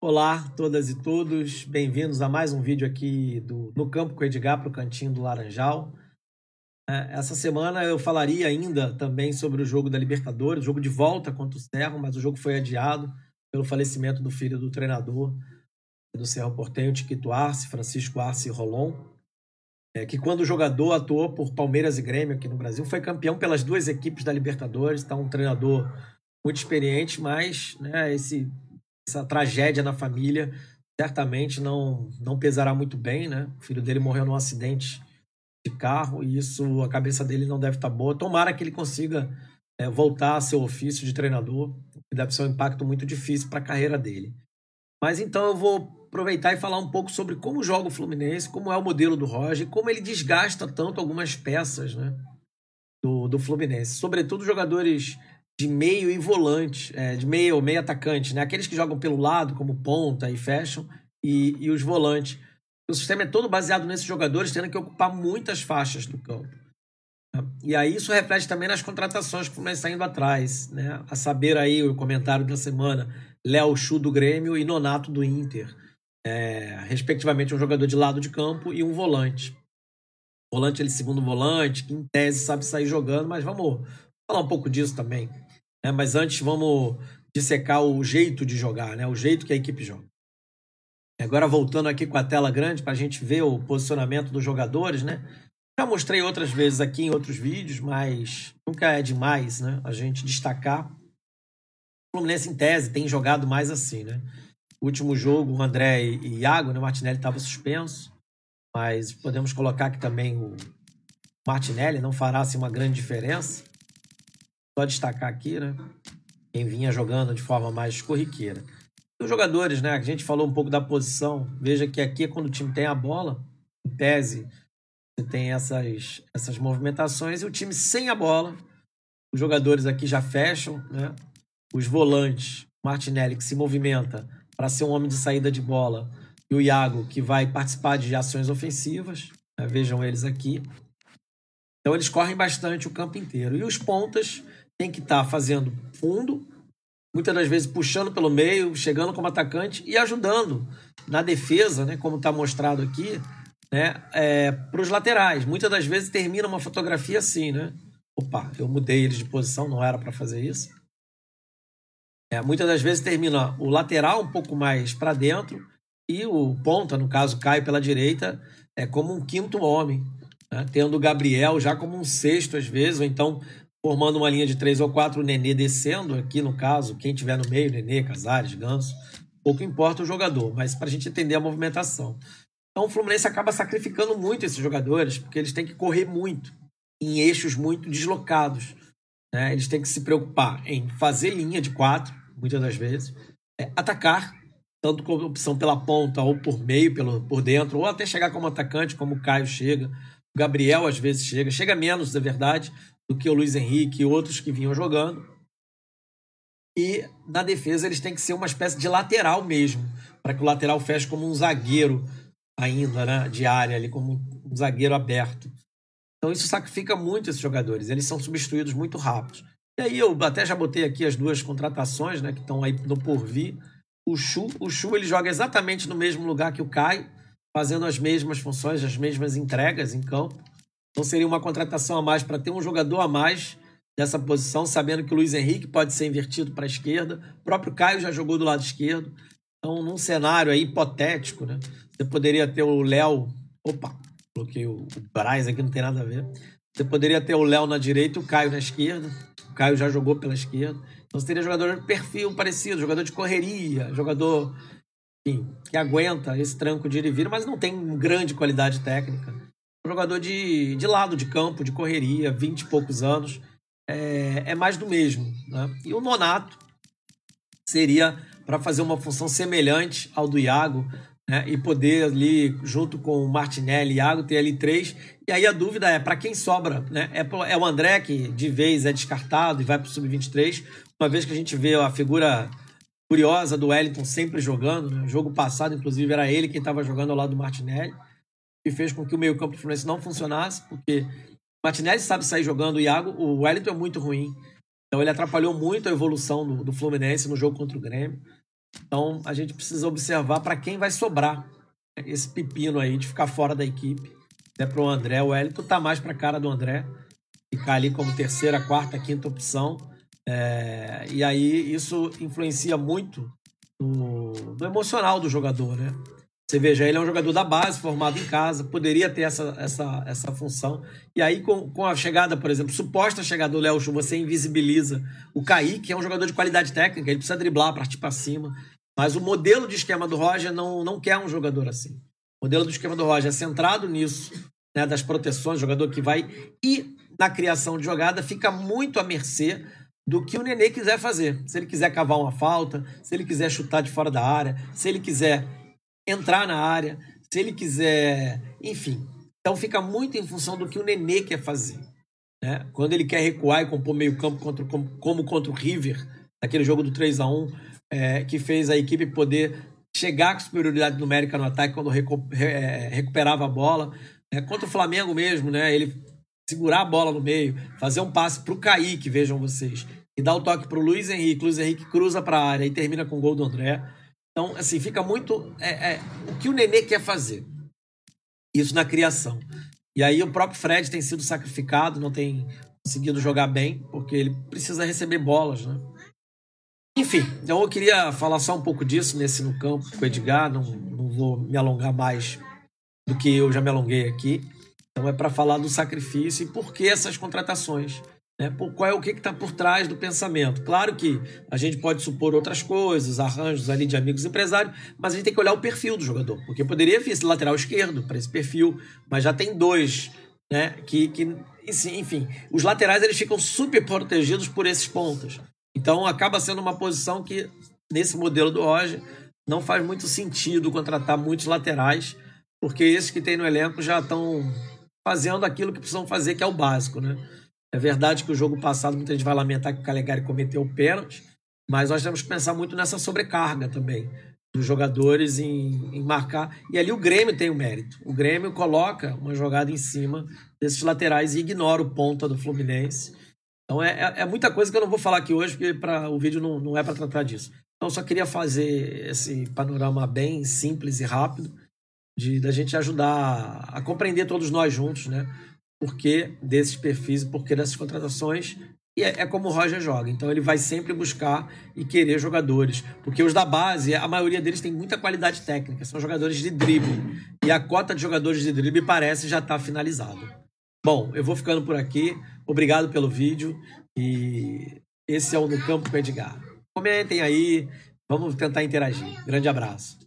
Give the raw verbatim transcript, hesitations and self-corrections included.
Olá, todas e todos, bem-vindos a mais um vídeo aqui do No Campo com o Edgar para o Cantinho do Laranjal. É, essa semana eu falaria ainda também sobre o jogo da Libertadores, jogo de volta contra o Cerro, mas o jogo foi adiado pelo falecimento do filho do treinador do Cerro Porteño, Chiquito Arce, Francisco Arce Rolón, é, que quando o jogador atuou por Palmeiras e Grêmio aqui no Brasil, foi campeão pelas duas equipes da Libertadores, está um treinador muito experiente, mas né, esse... essa tragédia na família certamente não, não pesará muito bem, né? O filho dele morreu num acidente de carro e isso, a cabeça dele não deve estar boa. Tomara que ele consiga é, voltar a seu ofício de treinador, que deve ser um impacto muito difícil para a carreira dele. Mas então eu vou aproveitar e falar um pouco sobre como joga o Fluminense, como é o modelo do Roger, como ele desgasta tanto algumas peças, né, do, do Fluminense. Sobretudo jogadores de meio e volante, é, de meio ou meio atacante, né? Aqueles que jogam pelo lado, como ponta e fecham, e, e os volantes. O sistema é todo baseado nesses jogadores tendo que ocupar muitas faixas do campo. E aí isso reflete também nas contratações que o Fluminense está indo atrás, né? A saber aí o comentário da semana, Léo Chu do Grêmio e Nonato do Inter. É, respectivamente um jogador de lado de campo e um volante. Volante, ele segundo volante, que em tese sabe sair jogando, mas vamos falar um pouco disso também. É, mas antes vamos dissecar o jeito de jogar, né? O jeito que a equipe joga. Agora voltando aqui com a tela grande para a gente ver o posicionamento dos jogadores, né? Já mostrei outras vezes aqui em outros vídeos, mas nunca é demais, né, a gente destacar. O Fluminense, em tese, tem jogado mais assim, né? O último jogo, o André e Iago, né? O Martinelli estava suspenso, mas podemos colocar que também o Martinelli não fará assim, uma grande diferença. Só destacar aqui, né? Quem vinha jogando de forma mais corriqueira. E os jogadores, né? A gente falou um pouco da posição. Veja que aqui é quando o time tem a bola, em tese, você tem essas, essas movimentações, e o time sem a bola, os jogadores aqui já fecham, né? Os volantes, Martinelli, que se movimenta para ser um homem de saída de bola, e o Iago, que vai participar de ações ofensivas, né? Vejam eles aqui. Então eles correm bastante o campo inteiro. E os pontas tem que estar tá fazendo fundo, muitas das vezes puxando pelo meio, chegando como atacante e ajudando na defesa, né, como está mostrado aqui, né, é, para os laterais. Muitas das vezes termina uma fotografia assim, né? Opa, eu mudei eles de posição, não era para fazer isso. É, muitas das vezes termina o lateral um pouco mais para dentro e o ponta, no caso, cai pela direita, é como um quinto homem, né, tendo o Gabriel já como um sexto às vezes, ou então formando uma linha de três ou quatro, o Nenê descendo aqui no caso, quem tiver no meio, Nenê, Casares, Ganso, pouco importa o jogador, mas para a gente entender a movimentação. Então o Fluminense acaba sacrificando muito esses jogadores, porque eles têm que correr muito, em eixos muito deslocados, né? Eles têm que se preocupar em fazer linha de quatro, muitas das vezes, é, atacar, tanto com opção pela ponta ou por meio, pelo, por dentro, ou até chegar como atacante, como o Caio chega, o Gabriel às vezes chega, chega menos, é verdade, do que o Luiz Henrique e outros que vinham jogando. E na defesa eles têm que ser uma espécie de lateral mesmo, para que o lateral feche como um zagueiro ainda, né, de área, ali, como um zagueiro aberto. Então isso sacrifica muito esses jogadores, eles são substituídos muito rápidos. E aí eu até já botei aqui as duas contratações, né, que estão aí no porvir. O Chu, o Chu ele joga exatamente no mesmo lugar que o Caio, fazendo as mesmas funções, as mesmas entregas em campo. Então seria uma contratação a mais para ter um jogador a mais dessa posição, sabendo que o Luiz Henrique pode ser invertido para a esquerda. O próprio Caio já jogou do lado esquerdo. Então, num cenário aí hipotético, né, você poderia ter o Léo... Opa, coloquei o, o Braz aqui, não tem nada a ver. Você poderia ter o Léo na direita e o Caio na esquerda. O Caio já jogou pela esquerda. Então você teria jogador de perfil parecido, jogador de correria, jogador enfim, que aguenta esse tranco de ir e vir, mas não tem grande qualidade técnica. Um jogador de, de lado de campo, de correria, vinte e poucos anos, é, é mais do mesmo, né? E o Nonato seria para fazer uma função semelhante ao do Iago, né? E poder ali, junto com o Martinelli e Iago, ter ali três. E aí a dúvida é, para quem sobra, né? É, é o André, que de vez é descartado e vai para o sub vinte e três, uma vez que a gente vê a figura curiosa do Wellington sempre jogando, né? O jogo passado, inclusive, era ele quem estava jogando ao lado do Martinelli, que fez com que o meio-campo do Fluminense não funcionasse, porque o Martinelli sabe sair jogando, o Iago, o Wellington é muito ruim. Então ele atrapalhou muito a evolução do, do Fluminense no jogo contra o Grêmio. Então a gente precisa observar para quem vai sobrar esse pepino aí de ficar fora da equipe. É para o André. O Wellington tá mais para a cara do André, ficar ali como terceira, quarta, quinta opção. É, e aí isso influencia muito no, no emocional do jogador, né? Você veja, ele é um jogador da base, formado em casa, poderia ter essa, essa, essa função. E aí, com, com a chegada, por exemplo, suposta chegada do Léo Chu, você invisibiliza o Kaique, que é um jogador de qualidade técnica, ele precisa driblar, partir para cima. Mas o modelo de esquema do Roger não, não quer um jogador assim. O modelo do esquema do Roger é centrado nisso, né, das proteções, jogador que vai... E na criação de jogada fica muito à mercê do que o Nenê quiser fazer. Se ele quiser cavar uma falta, se ele quiser chutar de fora da área, se ele quiser entrar na área, se ele quiser... Enfim. Então fica muito em função do que o Nenê quer fazer, né? Quando ele quer recuar e compor meio campo contra, como, como contra o River, naquele jogo do três a um, é, que fez a equipe poder chegar com superioridade numérica no ataque quando recu é, recuperava a bola. É, contra o Flamengo mesmo, né? Ele segurar a bola no meio, fazer um passe para o Kaique, vejam vocês, e dar o toque para o Luiz Henrique. Luiz Henrique cruza para a área e termina com o gol do André. Então, assim, fica muito... É, é, o que o Nenê quer fazer. Isso na criação. E aí o próprio Fred tem sido sacrificado, não tem conseguido jogar bem, porque ele precisa receber bolas, né? Enfim, então eu queria falar só um pouco disso nesse No Campo com o Edgar, não, não vou me alongar mais do que eu já me alonguei aqui. Então é para falar do sacrifício e por que essas contratações, né? Por, qual é o que está por trás do pensamento. Claro que a gente pode supor outras coisas, arranjos ali de amigos empresários, mas a gente tem que olhar o perfil do jogador, porque poderia vir esse lateral esquerdo para esse perfil, mas já tem dois, né? Que, que, enfim, os laterais eles ficam super protegidos por esses pontas. Então acaba sendo uma posição que, nesse modelo do Roger, não faz muito sentido contratar muitos laterais, porque esses que tem no elenco já estão fazendo aquilo que precisam fazer, que é o básico, né? É verdade que o jogo passado muita gente vai lamentar que o Calegari cometeu o pênalti, mas nós temos que pensar muito nessa sobrecarga também dos jogadores em, em marcar. E ali o Grêmio tem o mérito. O Grêmio coloca uma jogada em cima desses laterais e ignora o ponta do Fluminense. Então é, é, é muita coisa que eu não vou falar aqui hoje, porque pra, o vídeo não, não é para tratar disso. Então eu só queria fazer esse panorama bem simples e rápido de da gente ajudar a compreender todos nós juntos, né? Porquê desses perfis e porquê dessas contratações. E é, é como o Roger joga. Então ele vai sempre buscar e querer jogadores. Porque os da base, a maioria deles tem muita qualidade técnica. São jogadores de drible. E a cota de jogadores de drible parece já estar finalizada. Bom, eu vou ficando por aqui. Obrigado pelo vídeo. E esse é o No Campo com o Edgar. Comentem aí. Vamos tentar interagir. Grande abraço.